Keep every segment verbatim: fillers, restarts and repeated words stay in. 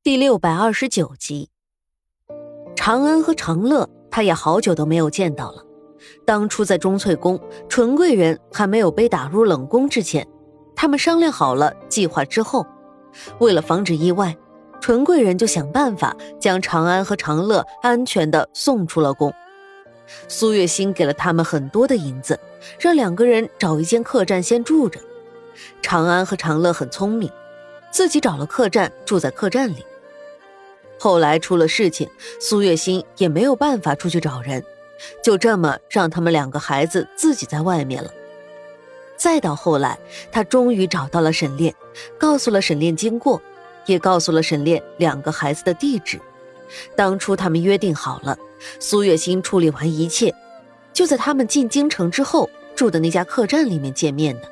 第六百二十九集。长安和长乐他也好久都没有见到了。当初在钟粹宫，纯贵人还没有被打入冷宫之前，他们商量好了计划之后，为了防止意外，纯贵人就想办法将长安和长乐安全地送出了宫。苏月心给了他们很多的银子，让两个人找一间客栈先住着。长安和长乐很聪明，自己找了客栈住在客栈里。后来出了事情，苏月心也没有办法出去找人，就这么让他们两个孩子自己在外面了。再到后来，他终于找到了沈炼，告诉了沈炼经过，也告诉了沈炼两个孩子的地址。当初他们约定好了，苏月心处理完一切，就在他们进京城之后住的那家客栈里面见面的。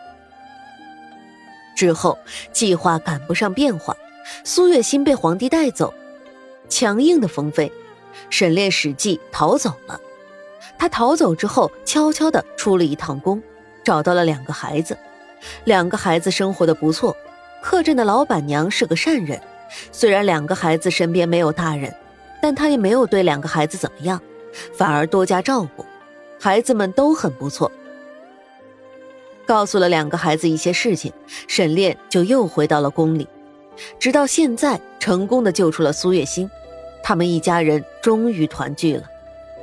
之后计划赶不上变化，苏月心被皇帝带走，强硬的封妃，沈炼使计逃走了。他逃走之后悄悄地出了一趟宫，找到了两个孩子。两个孩子生活的不错，客栈的老板娘是个善人，虽然两个孩子身边没有大人，但她也没有对两个孩子怎么样，反而多加照顾，孩子们都很不错。告诉了两个孩子一些事情，沈炼就又回到了宫里，直到现在成功地救出了苏月心，他们一家人终于团聚了。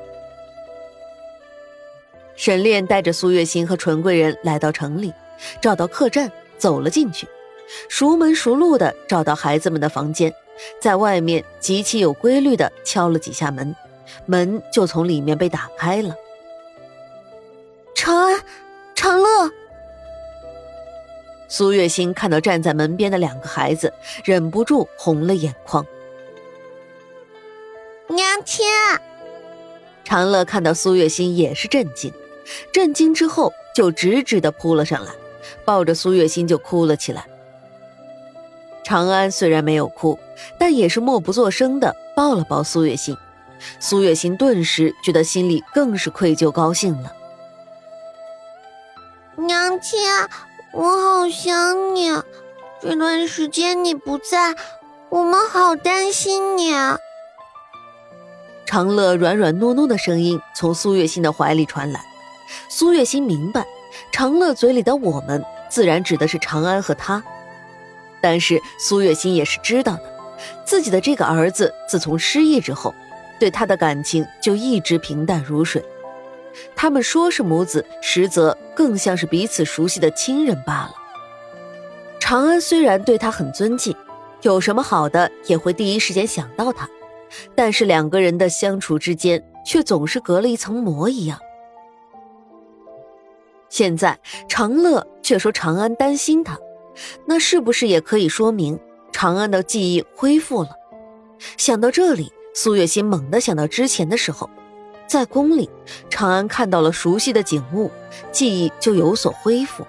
沈炼带着苏月心和纯贵人来到城里，找到客栈，走了进去，熟门熟路地找到孩子们的房间，在外面极其有规律地敲了几下门，门就从里面被打开了。 长安，长乐。 苏月心看到站在门边的两个孩子，忍不住红了眼眶。 娘亲。 长乐看到苏月心也是震惊，震惊之后就直直地扑了上来，抱着苏月心就哭了起来。长安虽然没有哭，但也是默不作声地抱了抱苏月心。苏月心顿时觉得心里更是愧疚高兴了。 娘亲，我好想你，这段时间你不在，我们好担心你。 长乐软软糯糯的声音从苏月心的怀里传来。苏月心明白，长乐嘴里的我们自然指的是长安和他，但是苏月心也是知道的，自己的这个儿子自从失忆之后，对他的感情就一直平淡如水。他们说是母子，实则更像是彼此熟悉的亲人罢了。长安虽然对他很尊敬，有什么好的也会第一时间想到他，但是两个人的相处之间却总是隔了一层膜一样。现在长乐却说长安担心他，那是不是也可以说明长安的记忆恢复了？想到这里，苏月心猛地想到之前的时候，在宫里，长安看到了熟悉的景物，记忆就有所恢复。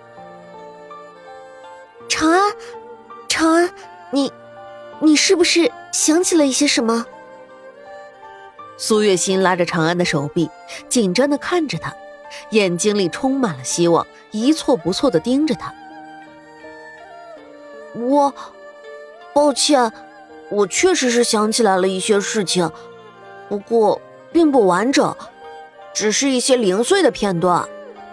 长安，长安，你，你是不是想起了一些什么？ 苏月心拉着长安的手臂，紧张地看着他，眼睛里充满了希望，一错不错地盯着他。 我，抱歉，我确实是想起来了一些事情，不过并不完整，只是一些零碎的片段。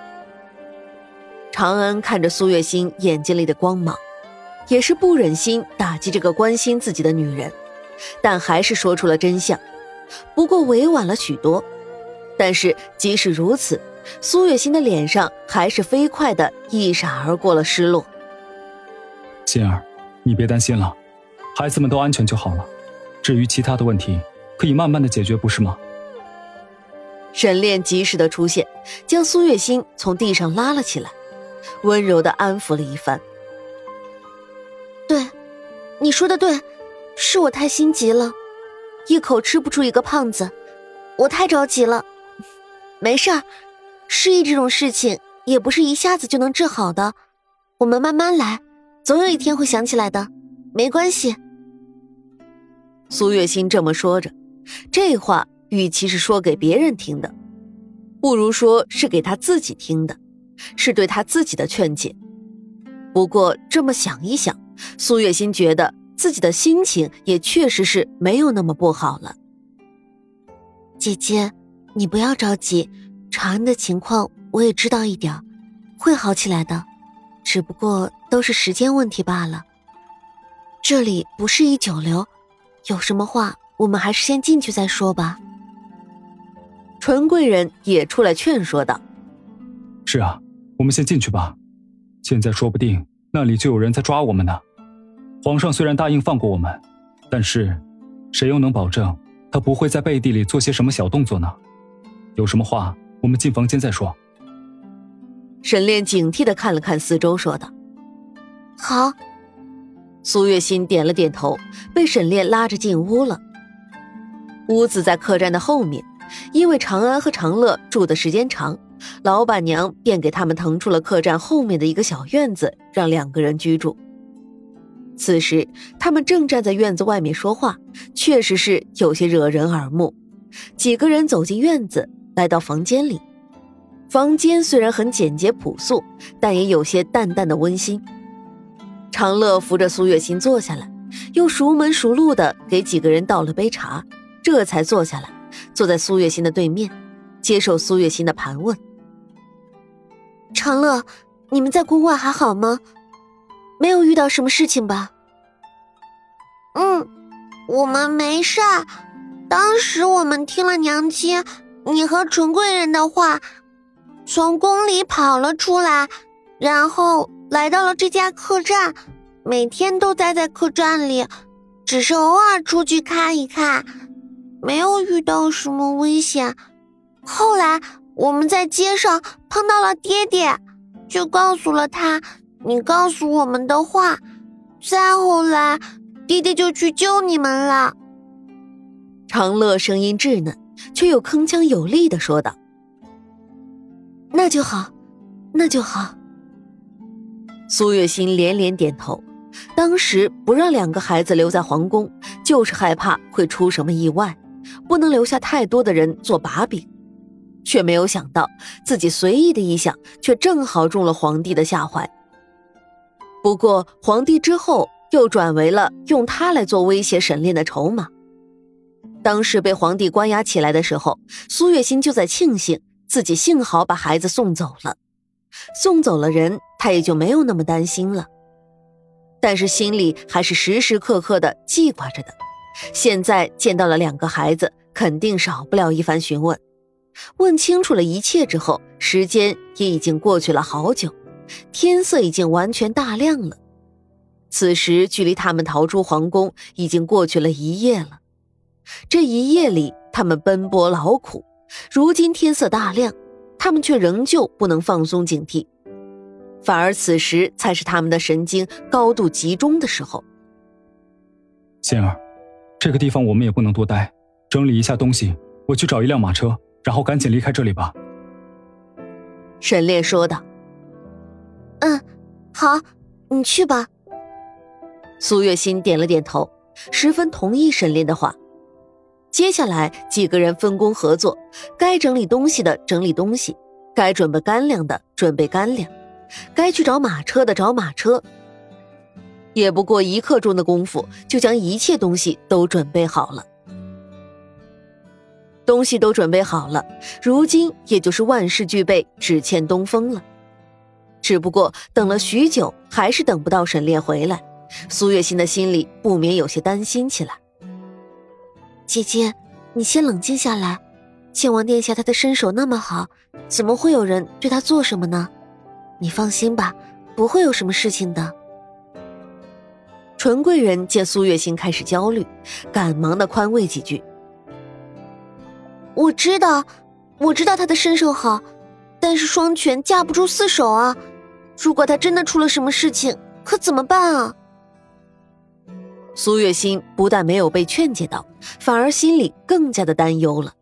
长安看着苏月心眼睛里的光芒，也是不忍心打击这个关心自己的女人，但还是说出了真相，不过委婉了许多。但是即使如此，苏月心的脸上还是飞快地一闪而过了失落。 心儿，你别担心了，孩子们都安全就好了，至于其他的问题可以慢慢的解决，不是吗？ 沈炼及时的出现，将苏月心从地上拉了起来，温柔的安抚了一番。 对，你说的对，是我太心急了，一口吃不出一个胖子，我太着急了。没事儿，失忆这种事情也不是一下子就能治好的，我们慢慢来，总有一天会想起来的，没关系。 苏月心这么说着，这话与其是说给别人听的，不如说是给他自己听的，是对他自己的劝解。不过这么想一想，苏月心觉得自己的心情也确实是没有那么不好了。 姐姐，你不要着急，长安的情况我也知道一点，会好起来的，只不过都是时间问题罢了。这里不适宜久留，有什么话我们还是先进去再说吧。 纯贵人也出来劝说道： 是啊，我们先进去吧，现在说不定那里就有人在抓我们呢。皇上虽然答应放过我们，但是谁又能保证他不会在背地里做些什么小动作呢？有什么话我们进房间再说。 沈炼警惕地看了看四周说道： 好。 苏月心点了点头，被沈炼拉着进屋了。屋子在客栈的后面，因为长安和长乐住的时间长，老板娘便给他们腾出了客栈后面的一个小院子，让两个人居住。此时他们正站在院子外面说话，确实是有些惹人耳目。几个人走进院子，来到房间里。房间虽然很简洁朴素，但也有些淡淡的温馨。长乐扶着苏月心坐下来，又熟门熟路地给几个人倒了杯茶，这才坐下来，坐在苏月心的对面，接受苏月心的盘问。 长乐，你们在宫外还好吗？没有遇到什么事情吧？嗯，我们没事。当时我们听了娘亲你和纯贵人的话，从宫里跑了出来，然后来到了这家客栈，每天都待在客栈里，只是偶尔出去看一看，没有遇到什么危险。后来我们在街上碰到了爹爹，就告诉了他你告诉我们的话，再后来爹爹就去救你们了。 长乐声音稚嫩，却又铿锵有力地说道： 那就好，那就好。 苏月心连连点头，当时不让两个孩子留在皇宫，就是害怕会出什么意外，不能留下太多的人做把柄，却没有想到自己随意的一想，却正好中了皇帝的下怀。不过皇帝之后又转为了用他来做威胁沈炼的筹码。当时被皇帝关押起来的时候，苏月心就在庆幸自己幸好把孩子送走了，送走了人，他也就没有那么担心了。但是心里还是时时刻刻的记挂着的，现在见到了两个孩子，肯定少不了一番询问。问清楚了一切之后，时间也已经过去了好久，天色已经完全大亮了。此时距离他们逃出皇宫已经过去了一夜了。这一夜里他们奔波劳苦，如今天色大亮，他们却仍旧不能放松警惕，反而此时才是他们的神经高度集中的时候。 心儿，这个地方我们也不能多待，整理一下东西，我去找一辆马车，然后赶紧离开这里吧。 沈炼说道。 嗯，好，你去吧。 苏月心点了点头，十分同意沈炼的话。接下来几个人分工合作，该整理东西的整理东西，该准备干粮的准备干粮，该去找马车的找马车。也不过一刻钟的功夫，就将一切东西都准备好了。东西都准备好了，如今也就是万事俱备，只欠东风了。只不过等了许久，还是等不到沈炼回来，苏月心的心里不免有些担心起来。 姐姐，你先冷静下来，靖王殿下他的身手那么好，怎么会有人对他做什么呢？你放心吧，不会有什么事情的。 纯贵人见苏月心开始焦虑，赶忙的宽慰几句。 我知道，我知道他的身手好，但是双拳架不住四手啊，如果他真的出了什么事情，可怎么办啊？ 苏月心不但没有被劝解到，反而心里更加的担忧了。